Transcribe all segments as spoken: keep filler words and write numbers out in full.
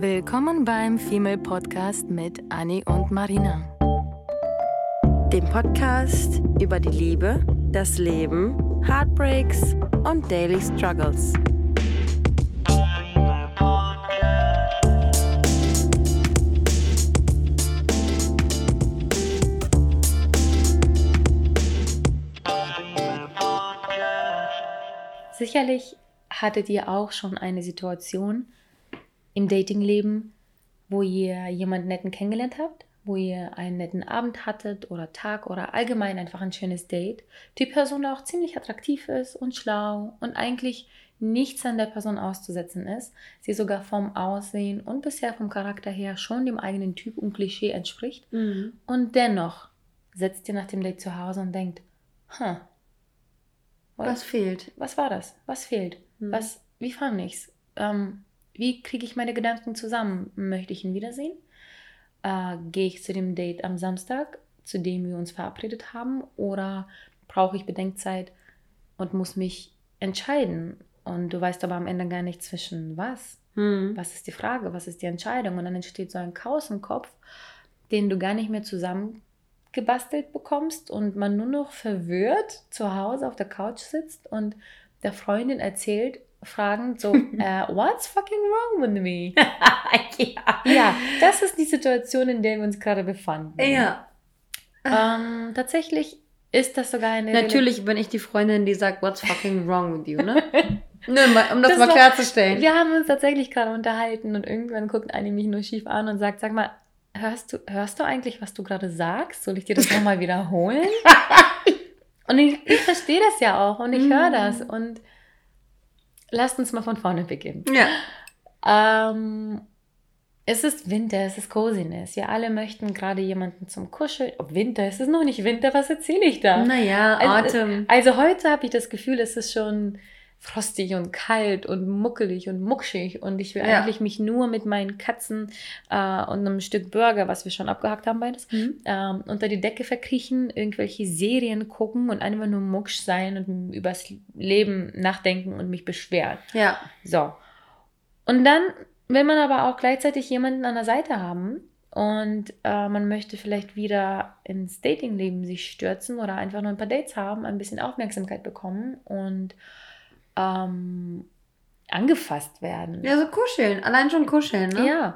Willkommen beim Female Podcast mit Anni und Marina. Dem Podcast über die Liebe, das Leben, Heartbreaks und Daily Struggles. Sicherlich hattet ihr auch schon eine Situation im Datingleben, wo ihr jemanden netten kennengelernt habt, wo ihr einen netten Abend hattet oder Tag oder allgemein einfach ein schönes Date. Die Person auch ziemlich attraktiv ist und schlau und eigentlich nichts an der Person auszusetzen ist. Sie sogar vom Aussehen und bisher vom Charakter her schon dem eigenen Typ und Klischee entspricht. Mhm. Und dennoch sitzt ihr nach dem Date zu Hause und denkt, huh, was fehlt? Was war das? Was fehlt? Mhm. Was, wie fand ich's? Ähm, wie kriege ich meine Gedanken zusammen? Möchte ich ihn wiedersehen? Äh, gehe ich zu dem Date am Samstag, zu dem wir uns verabredet haben? Oder brauche ich Bedenkzeit und muss mich entscheiden? Und du weißt aber am Ende gar nicht zwischen was. Mhm. Was ist die Frage? Was ist die Entscheidung? Und dann entsteht so ein Chaos im Kopf, den du gar nicht mehr zusammengebastelt bekommst und man nur noch verwirrt zu Hause auf der Couch sitzt und der Freundin erzählt, fragend so, uh, what's fucking wrong with me? ja. Ja, das ist die Situation, in der wir uns gerade befanden. Ja. Ähm, tatsächlich ist das sogar eine... Natürlich Rel- bin ich die Freundin, die sagt, what's fucking wrong with you, ne? Nö, mal, um das, das mal war, klarzustellen. Wir haben uns tatsächlich gerade unterhalten und irgendwann guckt eine mich nur schief an und sagt, sag mal, hörst du, hörst du eigentlich, was du gerade sagst? Soll ich dir das nochmal wiederholen? Und ich, ich verstehe das ja auch und ich höre das und lasst uns mal von vorne beginnen. Ja. Ähm, es ist Winter, es ist Coziness. Wir alle möchten gerade jemanden zum Kuscheln. Ob Winter, es ist noch nicht Winter, was erzähle ich da? Naja, Atem. Also, also heute habe ich das Gefühl, es ist schon frostig und kalt und muckelig und muckschig und ich will Ja. eigentlich mich nur mit meinen Katzen äh, und einem Stück Burger, was wir schon abgehakt haben beides, Mhm. ähm, unter die Decke verkriechen, irgendwelche Serien gucken und einfach nur mucksch sein und übers Leben nachdenken und mich beschweren. Ja. So. Und dann will man aber auch gleichzeitig jemanden an der Seite haben und äh, man möchte vielleicht wieder ins Datingleben sich stürzen oder einfach nur ein paar Dates haben, ein bisschen Aufmerksamkeit bekommen und ähm, angefasst werden. Ja, so kuscheln. Allein schon kuscheln, ne? Ja.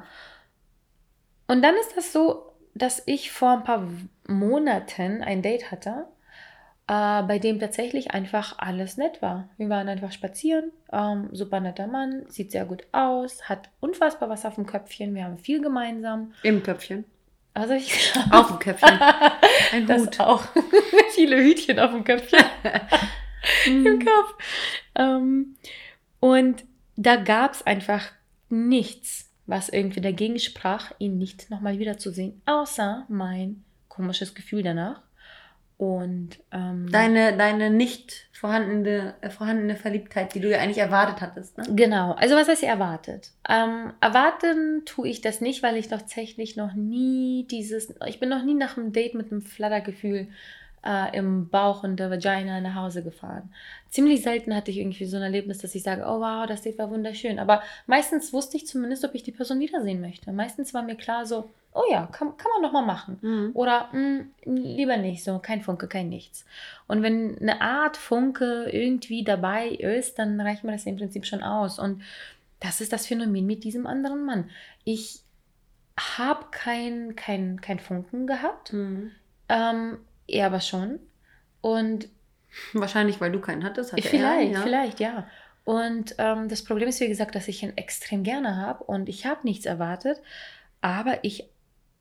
Und dann ist das so, dass ich vor ein paar Monaten ein Date hatte, äh, bei dem tatsächlich einfach alles nett war. Wir waren einfach spazieren, ähm, super netter Mann, sieht sehr gut aus, hat unfassbar was auf dem Köpfchen, wir haben viel gemeinsam. Im Köpfchen. Also ich Auf dem Köpfchen. Ein das Hut. auch. Viele Hütchen auf dem Köpfchen. Im Kopf. Ähm, und da gab es einfach nichts, was irgendwie dagegen sprach, ihn nicht nochmal wiederzusehen, außer mein komisches Gefühl danach. Und ähm, Deine, deine nicht vorhandene, äh, vorhandene Verliebtheit, die du ja eigentlich erwartet hattest, ne? Genau, also was heißt erwartet? Ähm, erwarten tue ich das nicht, weil ich tatsächlich noch nie dieses, ich bin noch nie nach einem Date mit einem Flattergefühl äh, im Bauch und der Vagina nach Hause gefahren. Ziemlich selten hatte ich irgendwie so ein Erlebnis, dass ich sage, oh wow, das Date war wunderschön. Aber meistens wusste ich zumindest, ob ich die Person wiedersehen möchte. Meistens war mir klar so, oh ja, kann, kann man doch mal machen. Mhm. Oder mh, lieber nicht, so kein Funke, kein nichts. Und wenn eine Art Funke irgendwie dabei ist, dann reicht mir das im Prinzip schon aus. Und das ist das Phänomen mit diesem anderen Mann. Ich habe kein, kein, kein Funken gehabt, Mhm. ähm, er aber schon. Und Wahrscheinlich, weil du keinen hattest. Hatte vielleicht, er, ja. vielleicht, ja. Und ähm, das Problem ist, wie gesagt, dass ich ihn extrem gerne habe und ich habe nichts erwartet, aber ich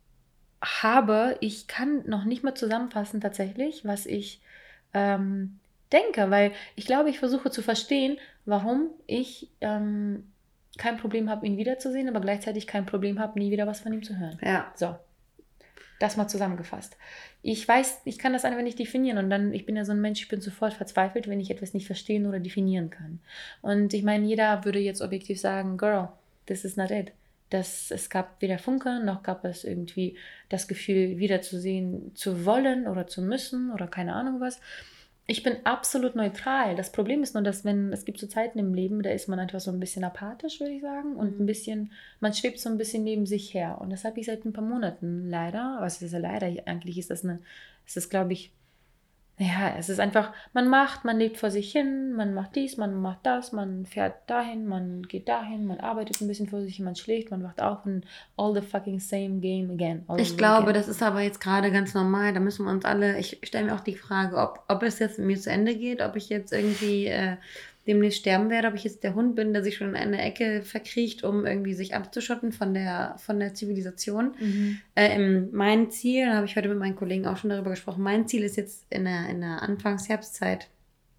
habe, ich kann noch nicht mal zusammenfassen tatsächlich, was ich ähm, denke, weil ich glaube, ich versuche zu verstehen, warum ich ähm, kein Problem habe, ihn wiederzusehen, aber gleichzeitig kein Problem habe, nie wieder was von ihm zu hören. Ja. So, das mal zusammengefasst. Ich weiß, ich kann das einfach nicht definieren und dann, ich bin ja so ein Mensch, ich bin sofort verzweifelt, wenn ich etwas nicht verstehen oder definieren kann. Und ich meine, jeder würde jetzt objektiv sagen, Girl, this is not it. Das, es gab weder Funke, noch gab es irgendwie das Gefühl, wiederzusehen zu wollen oder zu müssen oder keine Ahnung was. Ich bin absolut neutral. Das Problem ist nur, dass wenn, es gibt so Zeiten im Leben, da ist man einfach so ein bisschen apathisch, würde ich sagen, und ein bisschen, man schwebt so ein bisschen neben sich her. Und das habe ich seit ein paar Monaten leider, was ist ja leider, eigentlich ist das eine, es ist, glaube ich, ja, es ist einfach, man macht, man lebt vor sich hin, man macht dies, man macht das, man fährt dahin, man geht dahin, man arbeitet ein bisschen vor sich hin, man schläft, man wacht auf und all the fucking same game again. Ich glaube, das ist aber jetzt gerade ganz normal, da müssen wir uns alle, ich stelle mir auch die Frage, ob, ob es jetzt mit mir zu Ende geht, ob ich jetzt irgendwie äh, demnächst sterben werde, ob ich jetzt der Hund bin, der sich schon in eine Ecke verkriecht, um irgendwie sich abzuschotten von der, von der Zivilisation. Mhm. Äh, mein Ziel, da habe ich heute mit meinen Kollegen auch schon darüber gesprochen, mein Ziel ist jetzt in der, in der Anfangs-Herbstzeit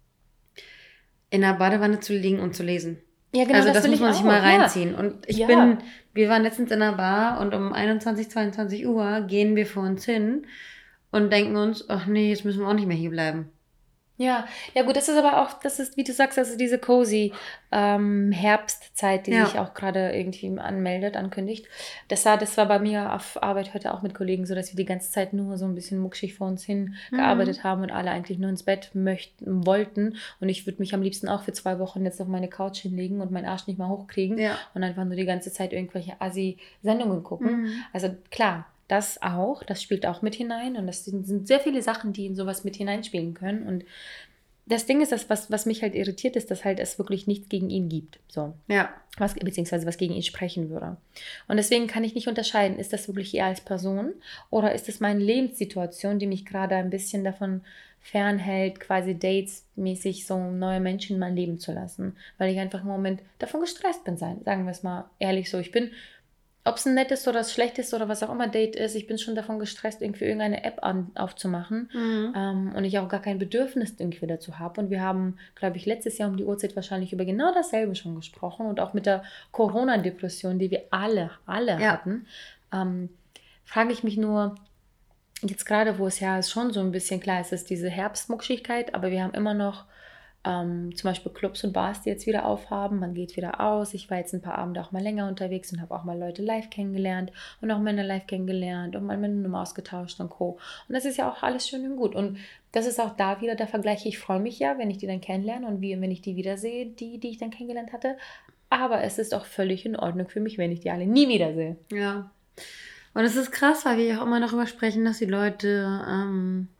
in der Badewanne zu liegen und zu lesen. Ja, genau, also das, das will muss ich man auch. sich mal Ja. reinziehen. Und ich Ja. bin, wir waren letztens in einer Bar und um einundzwanzig, zweiundzwanzig Uhr gehen wir vor uns hin und denken uns, ach nee, jetzt müssen wir auch nicht mehr hier bleiben. Ja, ja gut, das ist aber auch, das ist, wie du sagst, das ist diese cozy ähm, Herbstzeit, die Ja. sich auch gerade irgendwie anmeldet, ankündigt. Das war, das war bei mir auf Arbeit heute auch mit Kollegen so, dass wir die ganze Zeit nur so ein bisschen muckschig vor uns hin Mhm. gearbeitet haben und alle eigentlich nur ins Bett möchten, wollten. Und ich würde mich am liebsten auch für zwei Wochen jetzt auf meine Couch hinlegen und meinen Arsch nicht mal hochkriegen Ja. und einfach nur die ganze Zeit irgendwelche Assi-Sendungen gucken. Mhm. Also klar, das auch, das spielt auch mit hinein und das sind, sind sehr viele Sachen, die in sowas mit hineinspielen können. Und das Ding ist, das, was, was mich halt irritiert, ist, dass halt es wirklich nichts gegen ihn gibt. So. Ja. Was, beziehungsweise was gegen ihn sprechen würde. Und deswegen kann ich nicht unterscheiden, ist das wirklich er als Person oder ist es meine Lebenssituation, die mich gerade ein bisschen davon fernhält, quasi datesmäßig so neue Menschen in mein Leben zu lassen. Weil ich einfach im Moment davon gestresst bin, sein. Sagen wir es mal ehrlich so. Ich bin, ob es ein nettes oder das schlechteste oder was auch immer Date ist, ich bin schon davon gestresst, irgendwie irgendeine App an, aufzumachen Mhm. ähm, und ich auch gar kein Bedürfnis irgendwie dazu habe. Und wir haben, glaube ich, letztes Jahr um die Uhrzeit wahrscheinlich über genau dasselbe schon gesprochen und auch mit der Corona-Depression, die wir alle, alle Ja. hatten, ähm, frage ich mich nur, jetzt gerade, wo es ja ist, schon so ein bisschen klar ist, es ist diese Herbstmuckschigkeit, aber wir haben immer noch ähm, zum Beispiel Clubs und Bars, die jetzt wieder aufhaben. Man geht wieder aus. Ich war jetzt ein paar Abende auch mal länger unterwegs und habe auch mal Leute live kennengelernt und auch Männer live kennengelernt und mal meine Nummer ausgetauscht und Co. Und das ist ja auch alles schön und gut. Und das ist auch da wieder der Vergleich. Ich freue mich ja, wenn ich die dann kennenlerne und wie, wenn ich die wiedersehe, die, die ich dann kennengelernt hatte. Aber es ist auch völlig in Ordnung für mich, wenn ich die alle nie wiedersehe. Ja. Und es ist krass, weil wir auch immer darüber sprechen, dass die Leute ähm,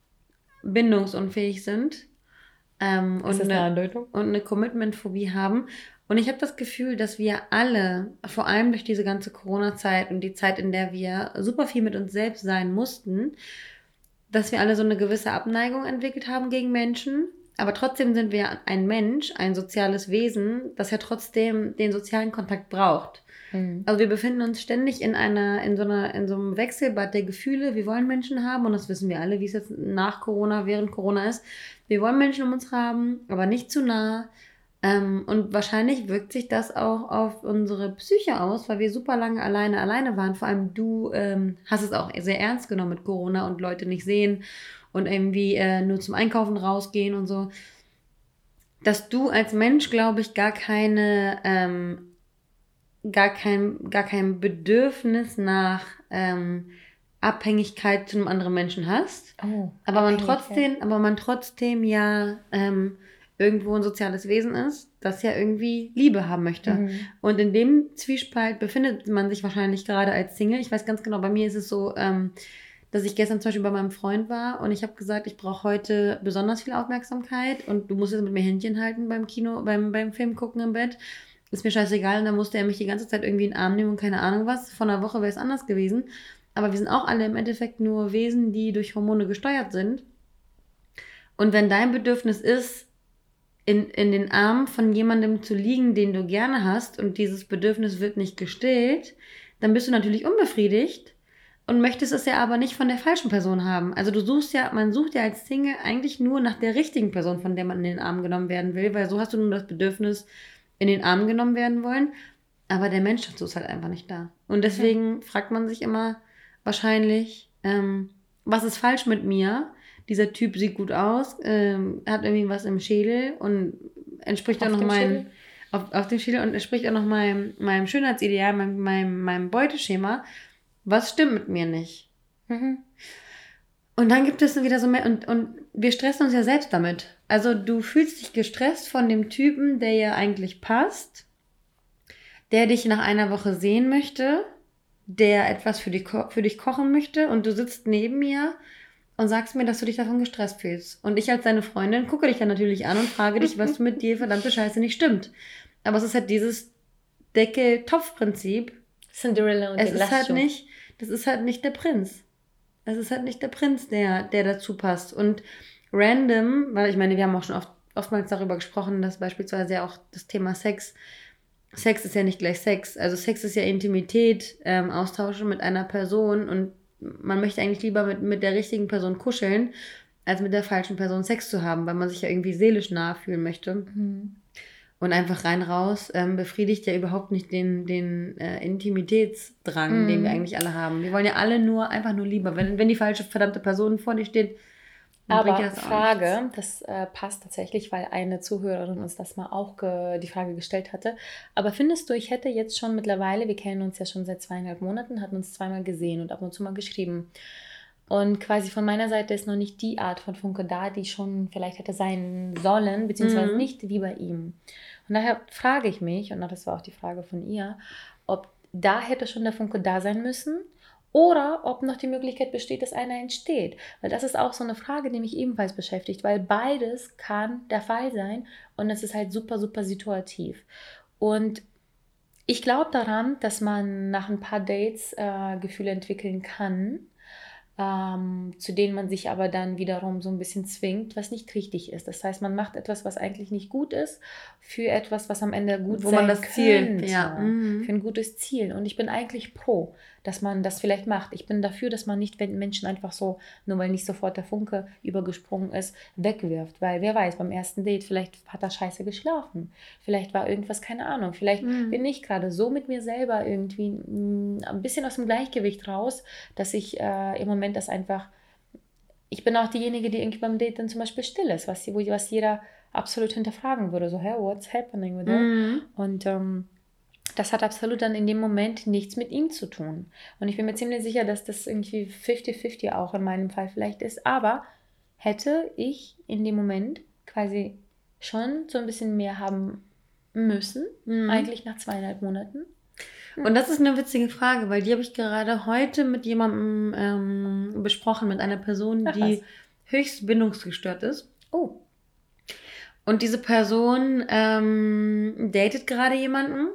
bindungsunfähig sind. Ähm, und, Ist das eine eine, Andeutung? und eine Commitment-Phobie haben. Und ich habe das Gefühl, dass wir alle, vor allem durch diese ganze Corona-Zeit und die Zeit, in der wir super viel mit uns selbst sein mussten, dass wir alle so eine gewisse Abneigung entwickelt haben gegen Menschen. Aber trotzdem sind wir ein Mensch, ein soziales Wesen, das ja trotzdem den sozialen Kontakt braucht. Mhm. Also wir befinden uns ständig in einer, in so einer, in so einem Wechselbad der Gefühle. Wir wollen Menschen haben und das wissen wir alle, wie es jetzt nach Corona, während Corona ist. Wir wollen Menschen um uns haben, aber nicht zu nah. Ähm, und wahrscheinlich wirkt sich das auch auf unsere Psyche aus, weil wir super lange alleine, alleine waren. Vor allem du ähm, hast es auch sehr ernst genommen mit Corona und Leute nicht sehen und irgendwie äh, nur zum Einkaufen rausgehen und so. Dass du als Mensch, glaube ich, gar keine, ähm, gar kein, gar kein Bedürfnis nach ähm, Abhängigkeit zu einem anderen Menschen hast. Oh, Aber man Abhängigkeit. trotzdem, aber man trotzdem ja ähm, irgendwo ein soziales Wesen ist, das ja irgendwie Liebe haben möchte. Mhm. Und in dem Zwiespalt befindet man sich wahrscheinlich gerade als Single. Ich weiß ganz genau, bei mir ist es so, ähm, dass ich gestern zum Beispiel bei meinem Freund war und ich habe gesagt, ich brauche heute besonders viel Aufmerksamkeit und du musst jetzt mit mir Händchen halten beim Kino, beim, beim Film gucken im Bett. Ist mir scheißegal. Und dann musste er mich die ganze Zeit irgendwie in den Arm nehmen und keine Ahnung was. Vor einer Woche wäre es anders gewesen. Aber wir sind auch alle im Endeffekt nur Wesen, die durch Hormone gesteuert sind. Und wenn dein Bedürfnis ist, in, in den Armen von jemandem zu liegen, den du gerne hast, und dieses Bedürfnis wird nicht gestillt, dann bist du natürlich unbefriedigt und möchtest es ja aber nicht von der falschen Person haben. Also du suchst ja, man sucht ja als Single eigentlich nur nach der richtigen Person, von der man in den Arm genommen werden will, weil so hast du nur das Bedürfnis, in den Arm genommen werden wollen. Aber der Mensch dazu ist halt einfach nicht da. Und deswegen fragt man sich immer, wahrscheinlich, ähm, was ist falsch mit mir? Dieser Typ sieht gut aus, ähm, hat irgendwie was im Schädel und entspricht Auf auch noch dem meinem Schädel? auf, auf dem Schädel und entspricht auch noch meinem, meinem Schönheitsideal, meinem, meinem, meinem Beuteschema. Was stimmt mit mir nicht? Mhm. Und dann gibt es wieder so mehr, und, und wir stressen uns ja selbst damit. Also du fühlst dich gestresst von dem Typen, der ja eigentlich passt, der dich nach einer Woche sehen möchte, der etwas für dich, für dich kochen möchte, und du sitzt neben mir und sagst mir, dass du dich davon gestresst fühlst. Und ich als deine Freundin gucke dich dann natürlich an und frage dich, was mit dir verdammte Scheiße nicht stimmt. Aber es ist halt dieses Deckel-Topf-Prinzip. Cinderella und es ist halt nicht, das ist halt nicht der Prinz. Es ist halt nicht der Prinz, der, der dazu passt. Und random, weil ich meine, wir haben auch schon oft, oftmals darüber gesprochen, dass beispielsweise ja auch das Thema Sex, Sex ist ja nicht gleich Sex. Also Sex ist ja Intimität, ähm, Austauschen mit einer Person, und man möchte eigentlich lieber mit, mit der richtigen Person kuscheln, als mit der falschen Person Sex zu haben, weil man sich ja irgendwie seelisch nahe fühlen möchte. Mhm. Und einfach rein raus ähm, befriedigt ja überhaupt nicht den, den äh, Intimitätsdrang, mm. den wir eigentlich alle haben. Wir wollen ja alle nur, einfach nur Liebe. Wenn, wenn die falsche verdammte Person vor dir steht, dann aber bringt ja das auch Frage, nichts. das äh, passt tatsächlich, weil eine Zuhörerin uns das mal auch ge- die Frage gestellt hatte. Aber findest du, ich hätte jetzt schon mittlerweile, wir kennen uns ja schon seit zweieinhalb Monaten, hatten uns zweimal gesehen und ab und zu mal geschrieben. Und quasi von meiner Seite ist noch nicht die Art von Funke da, die schon vielleicht hätte sein sollen, beziehungsweise mhm. nicht wie bei ihm. Und daher frage ich mich, und das war auch die Frage von ihr, ob da hätte schon der Funke da sein müssen oder ob noch die Möglichkeit besteht, dass einer entsteht. Weil das ist auch so eine Frage, die mich ebenfalls beschäftigt, weil beides kann der Fall sein und es ist halt super, super situativ. Und ich glaube daran, dass man nach ein paar Dates äh, Gefühle entwickeln kann, Ähm, zu denen man sich aber dann wiederum so ein bisschen zwingt, was nicht richtig ist. Das heißt, man macht etwas, was eigentlich nicht gut ist, für etwas, was am Ende gut Wo sein man das könnte. Ziel, ja. Mhm. Für ein gutes Ziel. Und ich bin eigentlich pro, dass man das vielleicht macht. Ich bin dafür, dass man nicht, wenn Menschen einfach so, nur weil nicht sofort der Funke übergesprungen ist, wegwirft. Weil wer weiß, beim ersten Date, vielleicht hat er scheiße geschlafen. Vielleicht war irgendwas, keine Ahnung. Vielleicht mhm. bin ich gerade so mit mir selber irgendwie mh, ein bisschen aus dem Gleichgewicht raus, dass ich äh, im Moment das einfach, ich bin auch diejenige, die irgendwie beim Date dann zum Beispiel still ist, was, wo, was jeder absolut hinterfragen würde, so, hey, what's happening with Mhm. it? Und ähm, das hat absolut dann in dem Moment nichts mit ihm zu tun. Und ich bin mir ziemlich sicher, dass das irgendwie fünfzig fünfzig auch in meinem Fall vielleicht ist, aber hätte ich in dem Moment quasi schon so ein bisschen mehr haben müssen, Mhm. eigentlich nach zweieinhalb Monaten. Und das ist eine witzige Frage, weil die habe ich gerade heute mit jemandem ähm, besprochen, mit einer Person, Ach, die was? höchst bindungsgestört ist. Oh. Und diese Person ähm, datet gerade jemanden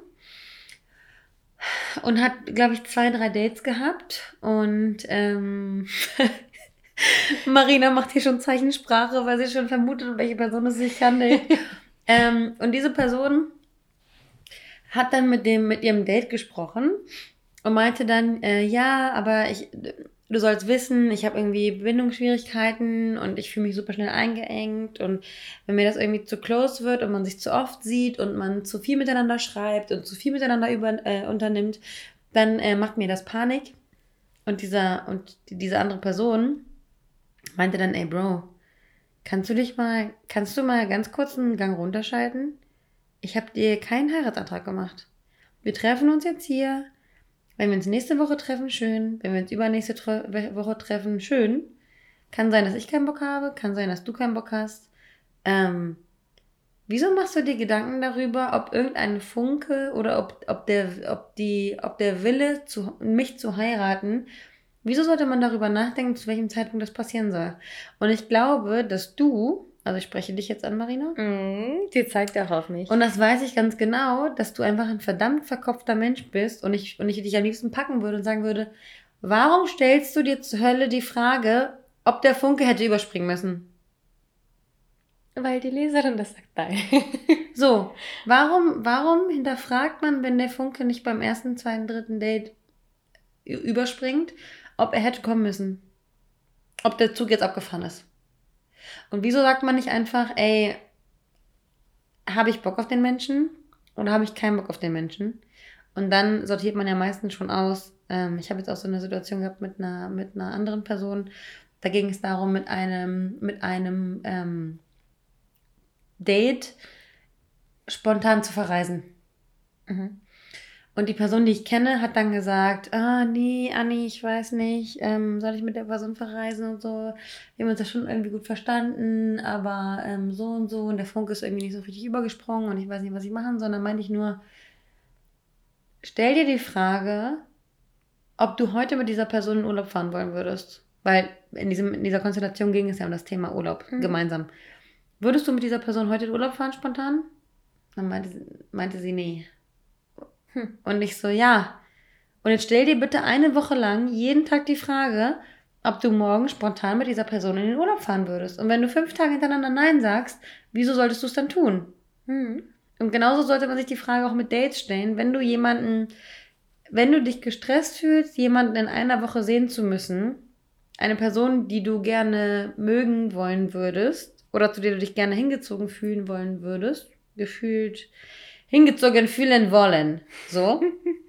und hat, glaube ich, zwei, drei Dates gehabt. Und ähm, Marina macht hier schon Zeichensprache, weil sie schon vermutet, um welche Person es sich handelt. ähm, und diese Person hat dann mit dem mit ihrem Date gesprochen und meinte dann, äh, ja, aber ich, du sollst wissen, ich habe irgendwie Bindungsschwierigkeiten und ich fühle mich super schnell eingeengt, und wenn mir das irgendwie zu close wird und man sich zu oft sieht und man zu viel miteinander schreibt und zu viel miteinander über, äh, unternimmt, dann äh, macht mir das Panik. Und dieser und diese andere Person meinte dann, ey Bro, kannst du dich mal, kannst du mal ganz kurz einen Gang runterschalten? Ich habe dir keinen Heiratsantrag gemacht. Wir treffen uns jetzt hier. Wenn wir uns nächste Woche treffen, schön. Wenn wir uns übernächste tre- Woche treffen, schön. Kann sein, dass ich keinen Bock habe. Kann sein, dass du keinen Bock hast. Ähm, wieso machst du dir Gedanken darüber, ob irgendein Funke oder ob, ob, der, ob, die, ob der Wille, zu, mich zu heiraten, wieso sollte man darüber nachdenken, zu welchem Zeitpunkt das passieren soll? Und ich glaube, dass du... Also ich spreche dich jetzt an, Marina. Mm, die zeigt auch auf mich. Und das weiß ich ganz genau, dass du einfach ein verdammt verkopfter Mensch bist und ich, und ich dich am liebsten packen würde und sagen würde, warum stellst du dir zur Hölle die Frage, ob der Funke hätte überspringen müssen? Weil die Leserin das sagt, nein. So, warum, warum hinterfragt man, wenn der Funke nicht beim ersten, zweiten, dritten Date überspringt, ob er hätte kommen müssen? Ob der Zug jetzt abgefahren ist? Und wieso sagt man nicht einfach, ey, habe ich Bock auf den Menschen oder habe ich keinen Bock auf den Menschen? Und dann sortiert man ja meistens schon aus. Ähm, ich habe jetzt auch so eine Situation gehabt mit einer, mit einer anderen Person. Da ging es darum, mit einem, mit einem ähm, Date spontan zu verreisen. Mhm. Und die Person, die ich kenne, hat dann gesagt, ah, nee, Anni, ich weiß nicht, ähm, soll ich mit der Person verreisen und so. Wir haben uns ja schon irgendwie gut verstanden, aber ähm, so und so. Und der Funke ist irgendwie nicht so richtig übergesprungen und ich weiß nicht, was ich machen soll. Und dann meinte ich nur, stell dir die Frage, ob du heute mit dieser Person in Urlaub fahren wollen würdest. Weil in, diesem, in dieser Konstellation ging es ja um das Thema Urlaub mhm. gemeinsam. Würdest du mit dieser Person heute in Urlaub fahren, spontan? Dann meinte, meinte sie, nee. Hm. Und ich so, ja. Und jetzt stell dir bitte eine Woche lang jeden Tag die Frage, ob du morgen spontan mit dieser Person in den Urlaub fahren würdest. Und wenn du fünf Tage hintereinander Nein sagst, wieso solltest du es dann tun? Hm. Und genauso sollte man sich die Frage auch mit Dates stellen. Wenn du jemanden, wenn du dich gestresst fühlst, jemanden in einer Woche sehen zu müssen, eine Person, die du gerne mögen wollen würdest, oder zu der du dich gerne hingezogen fühlen wollen würdest, gefühlt hingezogen fühlen wollen, so.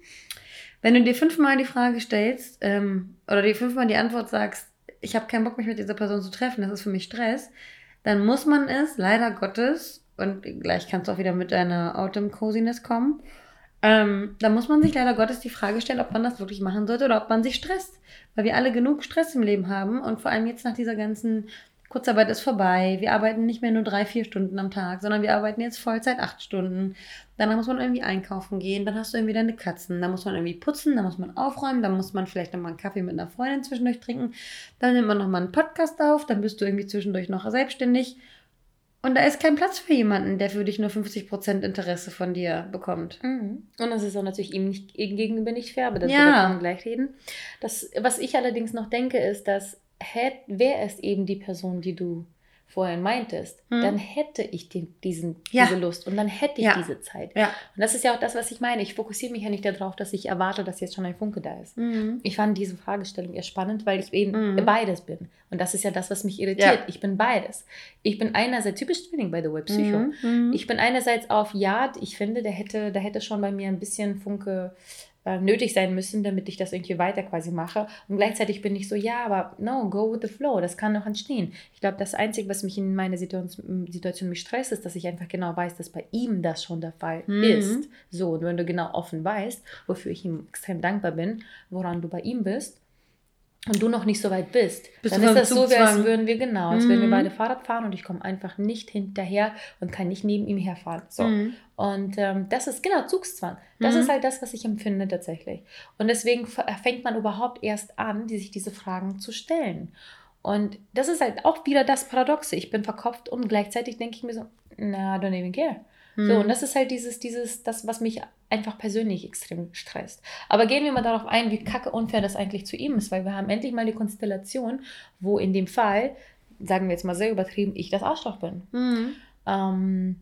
Wenn du dir fünfmal die Frage stellst, ähm, oder dir fünfmal die Antwort sagst, ich habe keinen Bock, mich mit dieser Person zu treffen, das ist für mich Stress, dann muss man es, leider Gottes, und gleich kannst du auch wieder mit deiner Autumn-Coziness kommen, ähm, dann muss man sich leider Gottes die Frage stellen, ob man das wirklich machen sollte oder ob man sich stresst. Weil wir alle genug Stress im Leben haben und vor allem jetzt nach dieser ganzen Kurzarbeit ist vorbei. Wir arbeiten nicht mehr nur drei, vier Stunden am Tag, sondern wir arbeiten jetzt Vollzeit acht Stunden. Danach muss man irgendwie einkaufen gehen, dann hast du irgendwie deine Katzen, dann muss man irgendwie putzen, dann muss man aufräumen, dann muss man vielleicht nochmal einen Kaffee mit einer Freundin zwischendurch trinken, dann nimmt man nochmal einen Podcast auf, dann bist du irgendwie zwischendurch noch selbstständig und da ist kein Platz für jemanden, der für dich nur fünfzig Prozent Interesse von dir bekommt. Mhm. Und das ist auch natürlich ihm, nicht, ihm gegenüber nicht fair, aber das ja. wir gleich reden. Das, was ich allerdings noch denke, ist, dass wäre es eben die Person, die du vorhin meintest, hm. dann hätte ich die, diesen, ja. diese Lust und dann hätte ich ja. diese Zeit. Ja. Und das ist ja auch das, was ich meine. Ich fokussiere mich ja nicht darauf, dass ich erwarte, dass jetzt schon ein Funke da ist. Mhm. Ich fand diese Fragestellung eher spannend, weil ich eben mhm. beides bin. Und das ist ja das, was mich irritiert. Ja. Ich bin beides. Ich bin einerseits, typisch Training, by the way, Psycho. Mhm. Ich bin einerseits auf, ja, ich finde, der hätte, der hätte schon bei mir ein bisschen Funke nötig sein müssen, damit ich das irgendwie weiter quasi mache. Und gleichzeitig bin ich so, ja, aber no, go with the flow, das kann noch entstehen. Ich glaube, das Einzige, was mich in meiner Situation, Situation mich stresst, ist, dass ich einfach genau weiß, dass bei ihm das schon der Fall mhm. ist. So, und wenn du genau offen weißt, wofür ich ihm extrem dankbar bin, woran du bei ihm bist, und du noch nicht so weit bist, bist dann ist das so, als würden wir genau, als mhm. würden wir beide Fahrrad fahren und ich komme einfach nicht hinterher und kann nicht neben ihm herfahren. So. Mhm. Und ähm, das ist genau Zugzwang. Das mhm. ist halt das, was ich empfinde tatsächlich. Und deswegen fängt man überhaupt erst an, die sich diese Fragen zu stellen. Und das ist halt auch wieder das Paradoxe. Ich bin verkopft und gleichzeitig denke ich mir so, na, don't even care. Mhm. So, und das ist halt dieses, dieses, das, was mich einfach persönlich extrem stresst. Aber gehen wir mal darauf ein, wie kacke unfair das eigentlich zu ihm ist, weil wir haben endlich mal die Konstellation, wo in dem Fall, sagen wir jetzt mal sehr übertrieben, ich das Arschloch bin. Mhm. Ähm,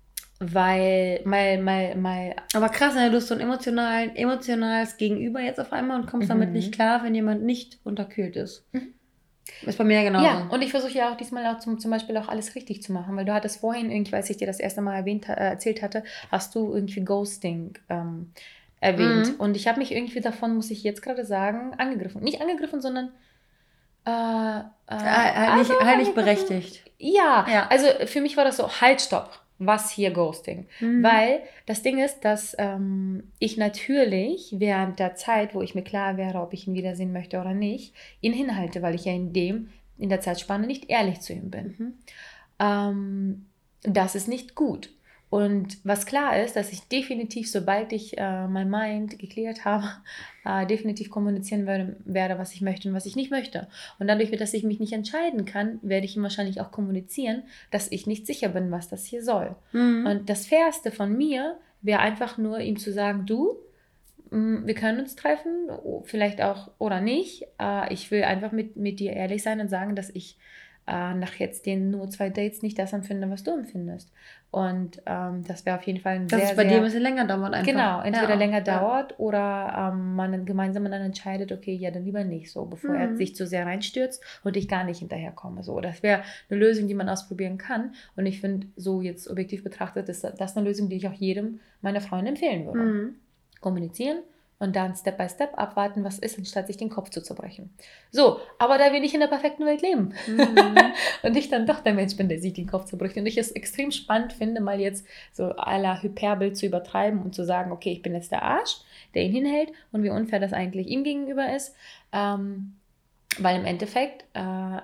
weil, mal, mal, mal... Aber krass, du hast so ein emotional, emotionales Gegenüber jetzt auf einmal und kommst mhm. damit nicht klar, wenn jemand nicht unterkühlt ist. Mhm. Ist bei mir genauso. Ja, und ich versuche ja auch diesmal auch zum, zum Beispiel auch alles richtig zu machen, weil du hattest vorhin, irgendwie, als ich dir das erste Mal erwähnt, äh, erzählt hatte, hast du irgendwie Ghosting ähm, erwähnt. Mhm. Und ich habe mich irgendwie davon, muss ich jetzt gerade sagen, angegriffen. Nicht angegriffen, sondern äh, äh, halt, nicht, halt nicht berechtigt. Ja, ja, also für mich war das so, halt, stopp. Was hier Ghosting? Mhm. Weil das Ding ist, dass ähm, ich natürlich während der Zeit, wo ich mir klar wäre, ob ich ihn wiedersehen möchte oder nicht, ihn hinhalte, weil ich ja in dem, in der Zeitspanne nicht ehrlich zu ihm bin. Mhm. Ähm, das ist nicht gut. Und was klar ist, dass ich definitiv, sobald ich äh, mein Mind geklärt habe, äh, definitiv kommunizieren werde, werde, was ich möchte und was ich nicht möchte. Und dadurch, dass ich mich nicht entscheiden kann, werde ich ihm wahrscheinlich auch kommunizieren, dass ich nicht sicher bin, was das hier soll. Mhm. Und das Fairste von mir wäre einfach nur, ihm zu sagen, du, mh, wir können uns treffen, vielleicht auch oder nicht. Äh, ich will einfach mit, mit dir ehrlich sein und sagen, dass ich nach jetzt den nur zwei Dates nicht das empfinde, was du empfindest. Und ähm, das wäre auf jeden Fall ein dass sehr, es bei sehr... dir ein bisschen länger dauert einfach. Genau, entweder ja, länger ja. dauert oder ähm, man gemeinsam dann entscheidet, okay, ja, dann lieber nicht so, bevor mhm. er sich zu sehr reinstürzt und ich gar nicht hinterherkomme. So, das wäre eine Lösung, die man ausprobieren kann. Und ich finde, so jetzt objektiv betrachtet, ist das eine Lösung, die ich auch jedem meiner Freunde empfehlen würde. Mhm. Kommunizieren, und dann Step by Step abwarten, was ist, anstatt sich den Kopf zuzubrechen. So, aber da wir nicht in der perfekten Welt leben mhm. und ich dann doch der Mensch bin, der sich den Kopf zerbricht und ich es extrem spannend finde, mal jetzt so à la Hyperbel zu übertreiben und zu sagen, okay, ich bin jetzt der Arsch, der ihn hinhält und wie unfair das eigentlich ihm gegenüber ist, ähm, weil im Endeffekt, äh,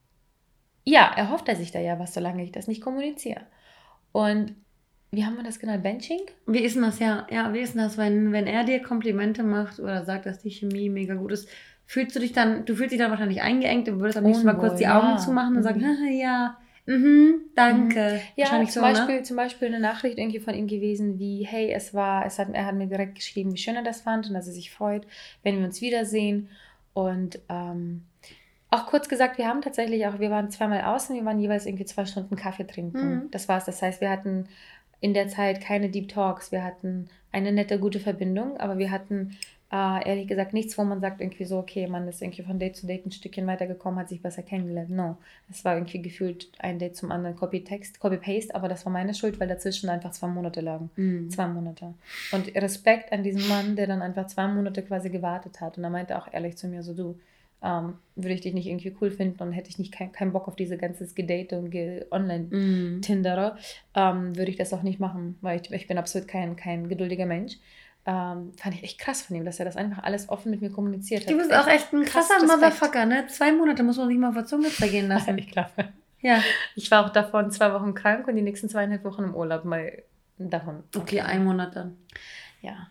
ja, erhofft er sich da ja was, solange ich das nicht kommuniziere. Und wie haben wir das genannt? Benching? Wie ist denn das, ja? Ja, wie ist denn das, wenn, wenn er dir Komplimente macht oder sagt, dass die Chemie mega gut ist? Fühlst du dich dann, du fühlst dich dann wahrscheinlich eingeengt und würdest am liebsten mal kurz die Augen ja. zumachen und mhm. sagen, haha, ja, mhm, danke. Mhm. Ja, zum, so, Beispiel, ne? zum Beispiel eine Nachricht irgendwie von ihm gewesen wie, hey, es war, es hat, er hat mir direkt geschrieben, wie schön er das fand und dass er sich freut, wenn wir uns wiedersehen. Und ähm, auch kurz gesagt, wir haben tatsächlich auch, wir waren zweimal außen, wir waren jeweils irgendwie zwei Stunden Kaffee trinken. Mhm. Das war's. Das heißt, wir hatten in der Zeit keine Deep Talks. Wir hatten eine nette, gute Verbindung, aber wir hatten äh, ehrlich gesagt nichts, wo man sagt irgendwie so, okay, man ist irgendwie von Date zu Date ein Stückchen weitergekommen, hat sich besser kennengelernt. No, es war irgendwie gefühlt ein Date zum anderen, Copy-Text, Copy-Paste, aber das war meine Schuld, weil dazwischen einfach zwei Monate lagen. Mhm. Zwei Monate. Und Respekt an diesen Mann, der dann einfach zwei Monate quasi gewartet hat. Und er meinte auch ehrlich zu mir so, du, Ähm, würde ich dich nicht irgendwie cool finden und hätte ich nicht keinen kein Bock auf diese ganze Gedate und ge- Online-Tindere, mm. ähm, würde ich das auch nicht machen, weil ich, ich bin absolut kein, kein geduldiger Mensch. Ähm, fand ich echt krass von ihm, dass er das einfach alles offen mit mir kommuniziert hat. Du bist echt auch echt ein krasser Motherfucker, ne? Zwei Monate muss man sich mal auf der Zunge zergehen lassen. Ich glaube. Ja. Ich war auch davon zwei Wochen krank und die nächsten zweieinhalb Wochen im Urlaub mal davon. Okay, ein Monat dann. Ja.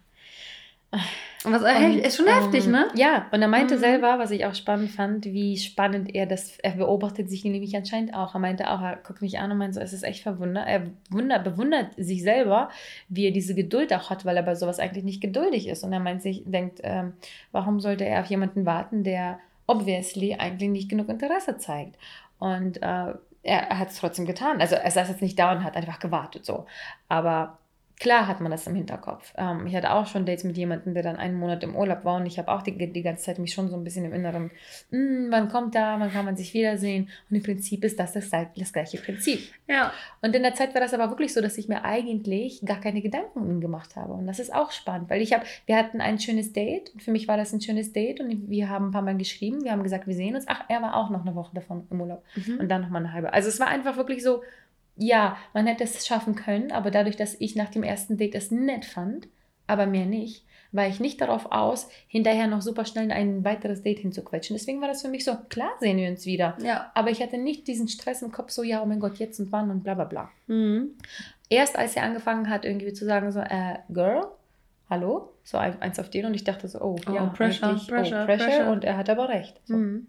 Und was und, ist schon ähm, heftig, ne? Ja, und er meinte mhm. selber, was ich auch spannend fand, wie spannend er das, er beobachtet sich nämlich anscheinend auch. Er meinte auch, er guckt mich an und meint so, es ist echt verwundert, er bewundert, bewundert sich selber, wie er diese Geduld auch hat, weil er bei sowas eigentlich nicht geduldig ist. Und er meint sich, denkt, ähm, warum sollte er auf jemanden warten, der obviously eigentlich nicht genug Interesse zeigt? Und äh, er, er hat es trotzdem getan. Also er saß jetzt nicht da und hat einfach gewartet so. Aber klar hat man das im Hinterkopf. Ähm, ich hatte auch schon Dates mit jemandem, der dann einen Monat im Urlaub war und ich habe auch die, die ganze Zeit mich schon so ein bisschen im Inneren, wann kommt da, wann kann man sich wiedersehen? Und im Prinzip ist das das, das gleiche Prinzip. Ja. Und in der Zeit war das aber wirklich so, dass ich mir eigentlich gar keine Gedanken um ihn gemacht habe. Und das ist auch spannend, weil ich habe, wir hatten ein schönes Date und für mich war das ein schönes Date und wir haben ein paar Mal geschrieben, wir haben gesagt, wir sehen uns. Ach, er war auch noch eine Woche davon im Urlaub mhm. und dann nochmal eine halbe. Also es war einfach wirklich so, ja, man hätte es schaffen können, aber dadurch, dass ich nach dem ersten Date es nett fand, aber mehr nicht, war ich nicht darauf aus, hinterher noch super schnell ein weiteres Date hinzuquetschen. Deswegen war das für mich so, klar sehen wir uns wieder. Ja. Aber ich hatte nicht diesen Stress im Kopf, so, ja, oh mein Gott, jetzt und wann und bla bla bla. Mhm. Erst als er angefangen hat, irgendwie zu sagen, so, äh, Girl, hallo, so eins auf den und ich dachte so, oh, oh ja, pressure, pressure, oh, pressure, pressure. Und er hat aber recht. So. Mhm.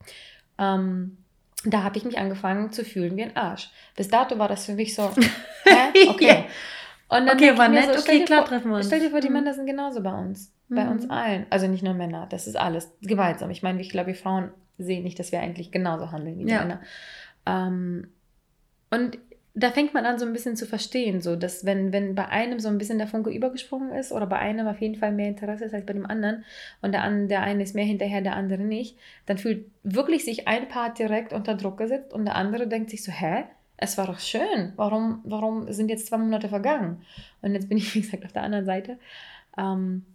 Ähm, Da habe ich mich angefangen zu fühlen wie ein Arsch. Bis dato war das für mich so, hä? Okay. ja. Und dann okay, war nett, so, okay, klar vor, treffen wir uns. Stell dir vor, die mhm. Männer sind genauso bei uns. Bei mhm. uns allen. Also nicht nur Männer, das ist alles gemeinsam. Ich meine, ich glaube, wir Frauen sehen nicht, dass wir eigentlich genauso handeln wie die ja. Männer. Ähm, und da fängt man an, so ein bisschen zu verstehen, so dass wenn, wenn bei einem so ein bisschen der Funke übergesprungen ist oder bei einem auf jeden Fall mehr Interesse ist als bei dem anderen und der, der eine ist mehr hinterher, der andere nicht, dann fühlt wirklich sich ein Part direkt unter Druck gesetzt und der andere denkt sich so, hä? Es war doch schön. Warum, warum sind jetzt zwei Monate vergangen? Und jetzt bin ich, wie gesagt, auf der anderen Seite ähm,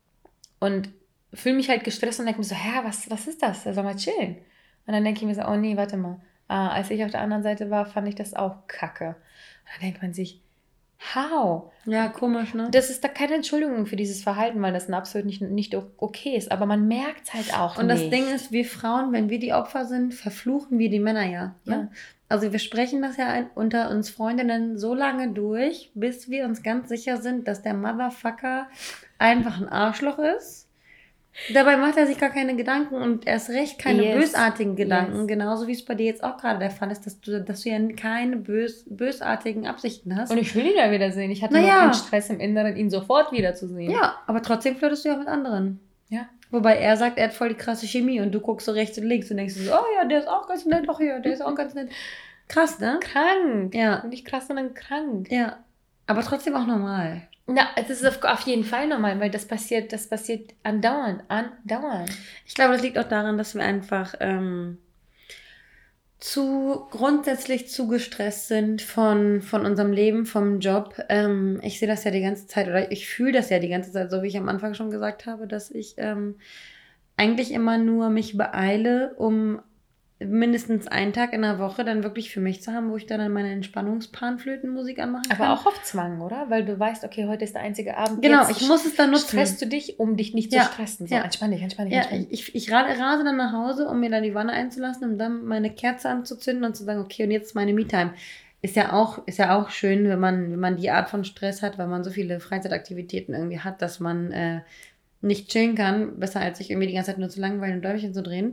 und fühle mich halt gestresst und denke mir so, hä, was, was ist das? Da soll mal chillen. Und dann denke ich mir so, oh nee, warte mal. Uh, als ich auf der anderen Seite war, fand ich das auch kacke. Und dann denkt man sich, how? Ja, komisch, ne? Das ist da keine Entschuldigung für dieses Verhalten, weil das absolut nicht, nicht okay ist. Aber man merkt es halt auch Und nicht. Und das Ding ist, wir Frauen, wenn wir die Opfer sind, verfluchen wir die Männer ja. ja. Ne? Also wir sprechen das ja unter uns Freundinnen so lange durch, bis wir uns ganz sicher sind, dass der Motherfucker einfach ein Arschloch ist. Dabei macht er sich gar keine Gedanken und erst recht keine yes. bösartigen Gedanken. Yes. Genauso wie es bei dir jetzt auch gerade der Fall ist, dass du, dass du ja keine bös, bösartigen Absichten hast. Und ich will ihn ja wiedersehen. Ich hatte naja. nur keinen Stress im Inneren, ihn sofort wiederzusehen. Ja, aber trotzdem flirtest du ja mit anderen. Ja. Wobei er sagt, er hat voll die krasse Chemie und du guckst so rechts und links und denkst so, oh ja, der ist auch ganz nett, doch ja, der ist auch ganz nett. Krass, ne? Krank. Ja. Nicht krass, sondern krank. Ja. Aber trotzdem auch normal. Na, es ist auf, auf jeden Fall normal, weil das passiert, das passiert andauernd, andauernd. Ich glaube, das liegt auch daran, dass wir einfach, ähm, zu grundsätzlich zu gestresst sind von, von unserem Leben, vom Job. Ähm, ich sehe das ja die ganze Zeit oder ich fühle das ja die ganze Zeit, so wie ich am Anfang schon gesagt habe, dass ich ähm, eigentlich immer nur mich beeile, um mindestens einen Tag in der Woche dann wirklich für mich zu haben, wo ich dann meine Entspannungspanflötenmusik anmachen kann. Aber auch auf Zwang, oder? Weil du weißt, okay, heute ist der einzige Abend. Genau, Jetzt ich muss es dann nutzen. Stresst du dich, um dich nicht ja, zu stressen. So, ja. entspann dich, entspann dich, ja, entspann dich. Ich, ich rase dann nach Hause, um mir dann die Wanne einzulassen, um dann meine Kerze anzuzünden und zu sagen, okay, und jetzt ist meine Me-Time. Ist ja auch, ist ja auch schön, wenn man, wenn man die Art von Stress hat, weil man so viele Freizeitaktivitäten irgendwie hat, dass man äh, nicht chillen kann. Besser als sich irgendwie die ganze Zeit nur zu langweilen und Däumchen zu drehen.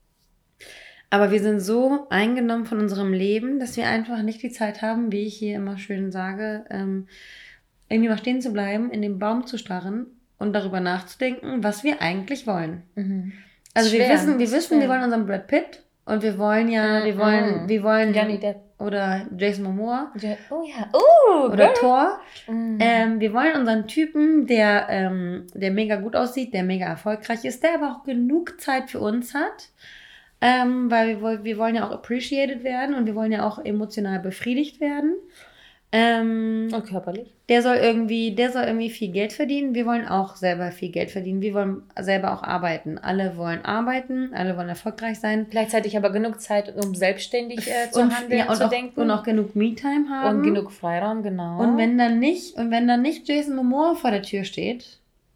Aber wir sind so eingenommen von unserem Leben, dass wir einfach nicht die Zeit haben, wie ich hier immer schön sage, ähm, irgendwie mal stehen zu bleiben, in den Baum zu starren und darüber nachzudenken, was wir eigentlich wollen. Mhm. Also Schwer, wir wissen, wir wissen, schwer. wir wollen unseren Brad Pitt und wir wollen ja, wir wollen, Mhm. wir wollen Johnny Depp. oder Jason Momoa Ja, oh ja, oh, oder girl. Thor. Mhm. Ähm, wir wollen unseren Typen, der, ähm, der mega gut aussieht, der mega erfolgreich ist, der aber auch genug Zeit für uns hat. Ähm, weil wir, wir wollen ja auch appreciated werden und wir wollen ja auch emotional befriedigt werden. Ähm, Und körperlich. der soll irgendwie, der soll irgendwie viel Geld verdienen. Wir wollen auch selber viel Geld verdienen. Wir wollen selber auch arbeiten. Alle wollen arbeiten, alle wollen erfolgreich sein. Gleichzeitig aber genug Zeit, um selbstständig äh, zu und, handeln, ja, und, zu auch, denken. und auch genug Me-Time haben. Und genug Freiraum, genau. Und wenn dann nicht, und wenn dann nicht Jason Momoa vor der Tür steht,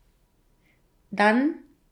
dann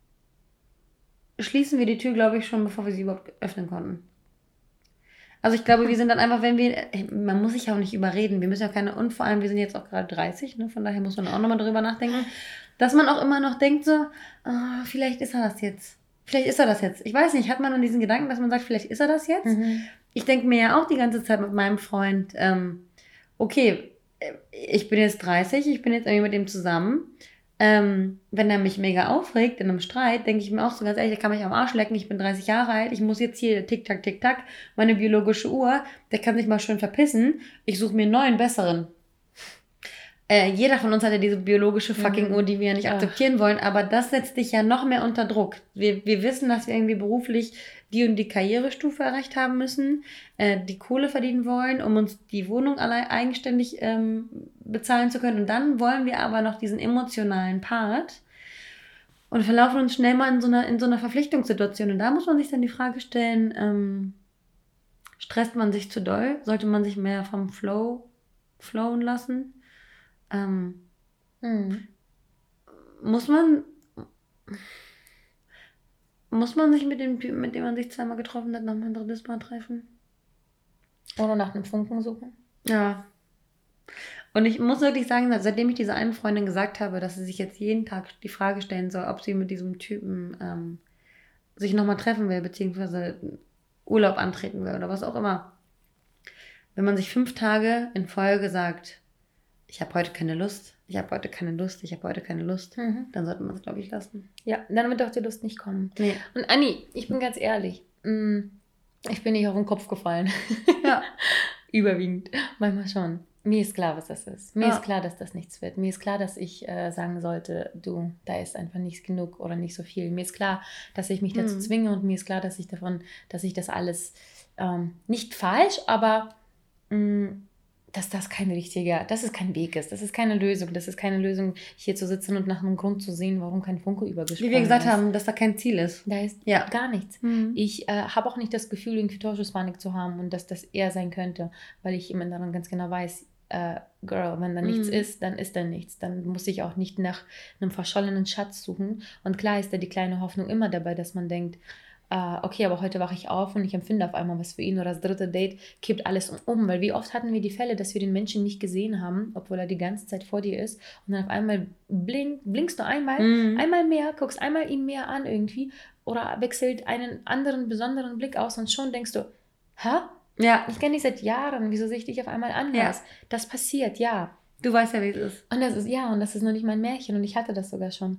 schließen wir die Tür, glaube ich, schon, bevor wir sie überhaupt öffnen konnten. Also ich glaube, wir sind dann einfach, wenn wir, man muss sich ja auch nicht überreden, wir müssen ja keine, und vor allem, wir sind jetzt auch gerade dreißig, ne, von daher muss man auch nochmal drüber nachdenken, dass man auch immer noch denkt so, oh, vielleicht ist er das jetzt. Vielleicht ist er das jetzt. Ich weiß nicht, hat man dann diesen Gedanken, dass man sagt, vielleicht ist er das jetzt? Mhm. Ich denke mir ja auch die ganze Zeit mit meinem Freund, ähm, okay, ich bin jetzt dreißig, ich bin jetzt irgendwie mit ihm zusammen. Ähm, wenn er mich mega aufregt in einem Streit, denke ich mir auch so ganz ehrlich, der kann mich am Arsch lecken, ich bin dreißig Jahre alt, ich muss jetzt hier tick-tack, tick-tack, meine biologische Uhr, der kann sich mal schön verpissen, ich suche mir einen neuen, besseren. Äh, jeder von uns hat ja diese biologische fucking Mhm. Uhr, die wir ja nicht Ach. akzeptieren wollen, aber das setzt dich ja noch mehr unter Druck. Wir, wir wissen, dass wir irgendwie beruflich die und die Karrierestufe erreicht haben müssen, äh, die Kohle verdienen wollen, um uns die Wohnung allein eigenständig ähm, bezahlen zu können. Und dann wollen wir aber noch diesen emotionalen Part und verlaufen uns schnell mal in so einer, in so einer Verpflichtungssituation. Und da muss man sich dann die Frage stellen, ähm, stresst man sich zu doll? Sollte man sich mehr vom Flow flowen lassen? Ähm, Mhm. muss man muss man sich mit dem Typen, mit dem man sich zweimal getroffen hat, nochmal ein drittes Mal treffen? Oder nach einem Funken suchen? Ja. Und ich muss wirklich sagen, seitdem ich dieser einen Freundin gesagt habe, dass sie sich jetzt jeden Tag die Frage stellen soll, ob sie mit diesem Typen ähm, sich nochmal treffen will, beziehungsweise Urlaub antreten will oder was auch immer. Wenn man sich fünf Tage in Folge sagt, ich habe heute keine Lust, ich habe heute keine Lust, ich habe heute keine Lust, Mhm. dann sollte man es, glaube ich, lassen. Ja, dann wird auch die Lust nicht kommen. Nee. Und Anni, ich bin ganz ehrlich, mm, ich bin nicht auf den Kopf gefallen. Ja. Überwiegend. Manchmal schon. Mir ist klar, was das ist. Mir Ja. ist klar, dass das nichts wird. Mir ist klar, dass ich äh, sagen sollte, du, da ist einfach nicht genug oder nicht so viel. Mir ist klar, dass ich mich dazu Mhm. zwinge und mir ist klar, dass ich davon, dass ich das alles ähm, nicht falsch, aber mh, dass das kein richtiger, dass es kein Weg ist, das ist keine Lösung, das ist keine Lösung, hier zu sitzen und nach einem Grund zu sehen, warum kein Funke übergesprungen Wie wir gesagt ist. haben, dass da kein Ziel ist. Da ist Ja. gar nichts. Mhm. Ich äh, habe auch nicht das Gefühl, irgendwie Torschusspanik zu haben und dass das eher sein könnte, weil ich immer daran ganz genau weiß, äh, Girl, wenn da nichts Mhm. ist, dann ist da nichts. Dann muss ich auch nicht nach einem verschollenen Schatz suchen. Und klar ist da die kleine Hoffnung immer dabei, dass man denkt, äh, okay, aber heute wache ich auf und ich empfinde auf einmal was für ihn oder das dritte Date kippt alles um, um. Weil wie oft hatten wir die Fälle, dass wir den Menschen nicht gesehen haben, obwohl er die ganze Zeit vor dir ist und dann auf einmal blink, blinkst du einmal, Mhm. einmal mehr, guckst einmal ihn mehr an irgendwie oder wechselt einen anderen besonderen Blick aus und schon denkst du, hä? Ja, Ich kenne dich seit Jahren, wieso sehe ich dich auf einmal anders? Das passiert, ja. du weißt ja, wie es ist. Und das ist, ja, und das ist noch nicht mein Märchen und ich hatte das sogar schon.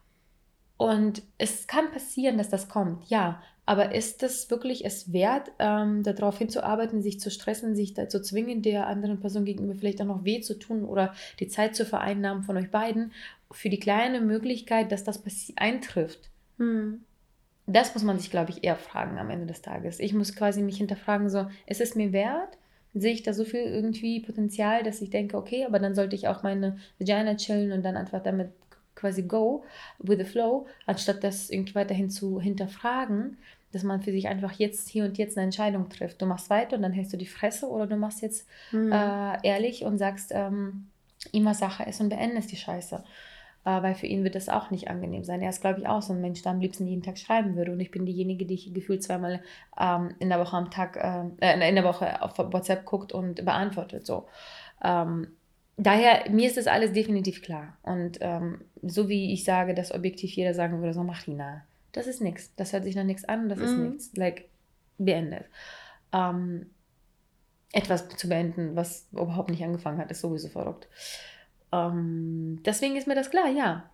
Und es kann passieren, dass das kommt, ja. Aber ist das wirklich es wert, ähm, darauf hinzuarbeiten, sich zu stressen, sich dazu zwingen, der anderen Person gegenüber vielleicht auch noch weh zu tun oder die Zeit zu vereinnahmen von euch beiden, für die kleine Möglichkeit, dass das passi- eintrifft? Mhm. das muss man sich, glaube ich, eher fragen am Ende des Tages. Ich muss quasi mich hinterfragen, so, ist es mir wert? Sehe ich da so viel irgendwie Potenzial, dass ich denke, okay, aber dann sollte ich auch meine Vagina chillen und dann einfach damit quasi go with the flow, anstatt das irgendwie weiterhin zu hinterfragen, dass man für sich einfach jetzt, hier und jetzt eine Entscheidung trifft. Du machst weiter und dann hältst du die Fresse oder du machst jetzt mhm. äh, ehrlich und sagst, ähm, ihm was Sache ist und beendest die Scheiße. Äh, weil für ihn wird das auch nicht angenehm sein. Er ist, glaube ich, auch so ein Mensch, der am liebsten jeden Tag schreiben würde. Und ich bin diejenige, die ich gefühlt zweimal ähm, in der Woche am Tag, äh, in der Woche auf WhatsApp guckt und beantwortet. So. Ähm, daher, mir ist das alles definitiv klar. Und ähm, so wie ich sage, dass objektiv jeder sagen würde, so Marina, das ist nichts. Das hört sich nach nichts an, das mhm. ist nichts. Like, beendet. Ähm, etwas zu beenden, was überhaupt nicht angefangen hat, ist sowieso verrückt. Um, deswegen ist mir das klar, ja.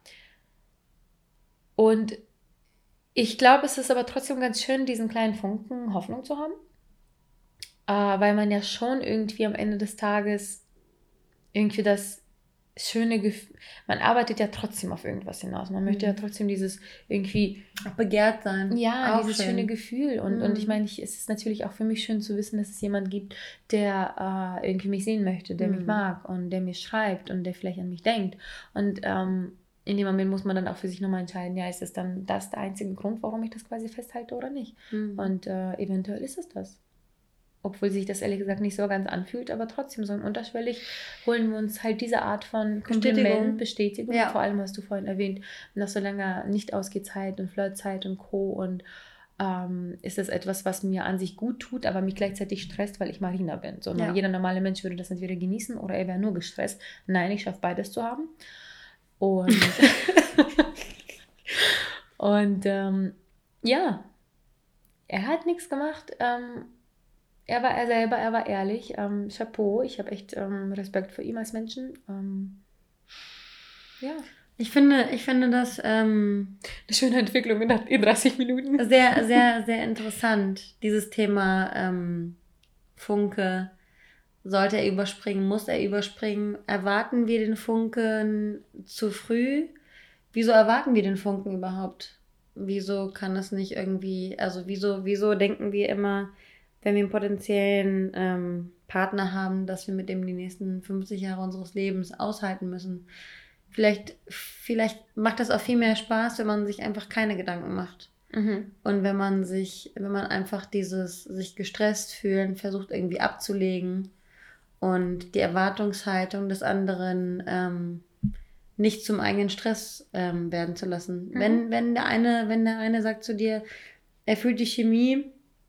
Und ich glaube, es ist aber trotzdem ganz schön, diesen kleinen Funken Hoffnung zu haben, uh, weil man ja schon irgendwie am Ende des Tages irgendwie das schöne Gefühl, man arbeitet ja trotzdem auf irgendwas hinaus. Man möchte mhm. ja trotzdem dieses irgendwie auch begehrt sein. Ja, auch dieses schön. schöne Gefühl. Und, mhm. und ich meine, ich, es ist natürlich auch für mich schön zu wissen, dass es jemand gibt, der äh, irgendwie mich sehen möchte, der mhm. mich mag und der mir schreibt und der vielleicht an mich denkt. Und ähm, in dem Moment muss man dann auch für sich nochmal entscheiden, ja, ist es dann das der einzige Grund, warum ich das quasi festhalte oder nicht? Mhm. Und äh, eventuell ist es das. Obwohl sich das ehrlich gesagt nicht so ganz anfühlt, aber trotzdem so unterschwellig holen wir uns halt diese Art von Kompliment, Bestätigung, Bestätigung ja. vor allem hast du vorhin erwähnt, nach so langer Nicht-Ausgehzeit und Flirtzeit und Co. Und ähm, ist das etwas, was mir an sich gut tut, aber mich gleichzeitig stresst, weil ich Marina bin. So, ja. Jeder normale Mensch würde das entweder genießen oder er wäre nur gestresst. Nein, ich schaffe beides zu haben. Und, und ähm, ja, er hat nichts gemacht, ähm, Er war er selber, er war ehrlich. Ähm, Chapeau, ich habe echt ähm, Respekt vor ihm als Menschen. Ähm, ja. Ich finde, ich finde das ähm, eine schöne Entwicklung in, in dreißig Minuten. Sehr, sehr, sehr interessant. Dieses Thema ähm, Funke. Sollte er überspringen? Muss er überspringen? Erwarten wir den Funken zu früh? Wieso erwarten wir den Funken überhaupt? Wieso kann es nicht irgendwie, also wieso, wieso denken wir immer, wenn wir einen potenziellen ähm, Partner haben, dass wir mit dem die nächsten fünfzig Jahre unseres Lebens aushalten müssen. Vielleicht, vielleicht macht das auch viel mehr Spaß, wenn man sich einfach keine Gedanken macht. Mhm. Und wenn man sich, wenn man einfach dieses sich gestresst fühlen versucht irgendwie abzulegen und die Erwartungshaltung des anderen ähm, nicht zum eigenen Stress ähm, werden zu lassen. Mhm. Wenn, wenn der eine, wenn der eine sagt zu dir, er fühlt die Chemie,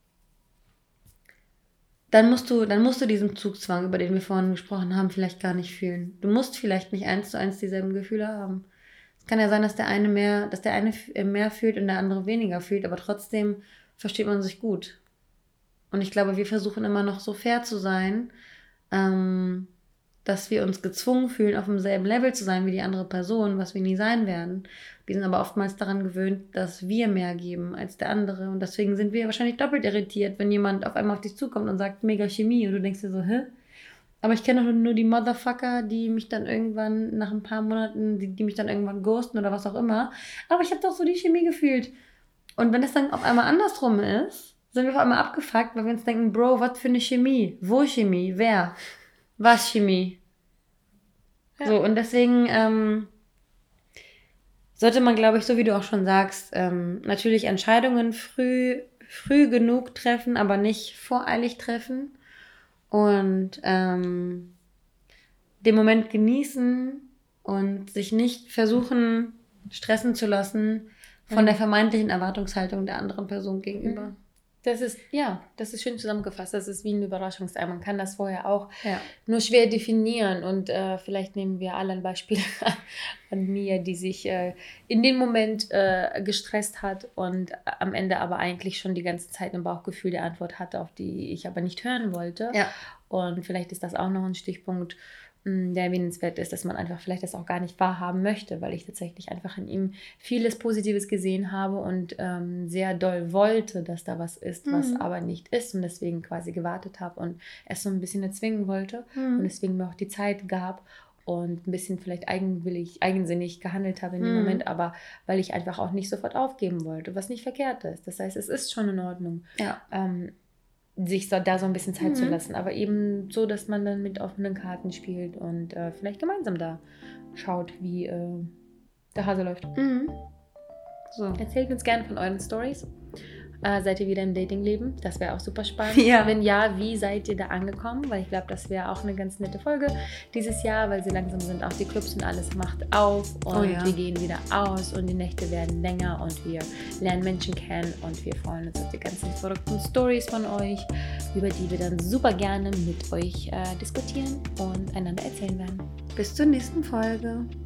Dann musst du, dann musst du diesen Zugzwang, über den wir vorhin gesprochen haben, vielleicht gar nicht fühlen. Du musst vielleicht nicht eins zu eins dieselben Gefühle haben. Es kann ja sein, dass der eine mehr, dass der eine mehr fühlt und der andere weniger fühlt, aber trotzdem versteht man sich gut. Und ich glaube, wir versuchen immer noch so fair zu sein, ähm, dass wir uns gezwungen fühlen, auf demselben Level zu sein wie die andere Person, was wir nie sein werden. Wir sind aber oftmals daran gewöhnt, dass wir mehr geben als der andere. Und deswegen sind wir wahrscheinlich doppelt irritiert, wenn jemand auf einmal auf dich zukommt und sagt, mega Chemie. Und du denkst dir so, hä? Aber ich kenne doch nur die Motherfucker, die mich dann irgendwann nach ein paar Monaten, die, die mich dann irgendwann ghosten oder was auch immer. Aber ich habe doch so die Chemie gefühlt. Und wenn es dann auf einmal andersrum ist, sind wir auf einmal abgefuckt, weil wir uns denken, Bro, was für eine Chemie? Wo Chemie? Wer? Was Chemie? Ja. So, und deswegen ähm, sollte man, glaube ich, so wie du auch schon sagst, ähm, natürlich Entscheidungen früh, früh genug treffen, aber nicht voreilig treffen. Und ähm, den Moment genießen und sich nicht versuchen, stressen zu lassen von mhm. der vermeintlichen Erwartungshaltung der anderen Person gegenüber. Mhm. Das ist, ja, das ist schön zusammengefasst. Das ist wie ein Überraschungsei. Man kann das vorher auch ja. nur schwer definieren. Und äh, vielleicht nehmen wir alle ein Beispiel an mir, die sich äh, in dem Moment äh, gestresst hat und am Ende aber eigentlich schon die ganze Zeit im Bauchgefühl die Antwort hatte, auf die ich aber nicht hören wollte. Ja. Und vielleicht ist das auch noch ein Stichpunkt, der erwähnenswert ist, dass man einfach vielleicht das auch gar nicht wahrhaben möchte, weil ich tatsächlich einfach in ihm vieles Positives gesehen habe und ähm, sehr doll wollte, dass da was ist, was mhm. aber nicht ist und deswegen quasi gewartet habe und es so ein bisschen erzwingen wollte mhm. und deswegen mir auch die Zeit gab, und ein bisschen vielleicht eigenwillig, eigensinnig gehandelt habe in dem Mhm. Moment, aber weil ich einfach auch nicht sofort aufgeben wollte, was nicht verkehrt ist. Das heißt, es ist schon in Ordnung, Ja. ähm, sich so, da so ein bisschen Zeit zu Mhm. lassen, aber eben so, dass man dann mit offenen Karten spielt und äh, vielleicht gemeinsam da schaut, wie äh, der Hase läuft. Mhm. So. Erzählt uns gerne von euren Stories. Äh, seid ihr wieder im Datingleben? Das wäre auch super spannend. Ja. Wenn ja, wie seid ihr da angekommen? Weil ich glaube, das wäre auch eine ganz nette Folge dieses Jahr, weil so langsam sind auch die Clubs und alles macht auf und Oh ja. wir gehen wieder aus und die Nächte werden länger und wir lernen Menschen kennen und wir freuen uns auf die ganzen verrückten Stories von euch, über die wir dann super gerne mit euch äh, diskutieren und einander erzählen werden. Bis zur nächsten Folge.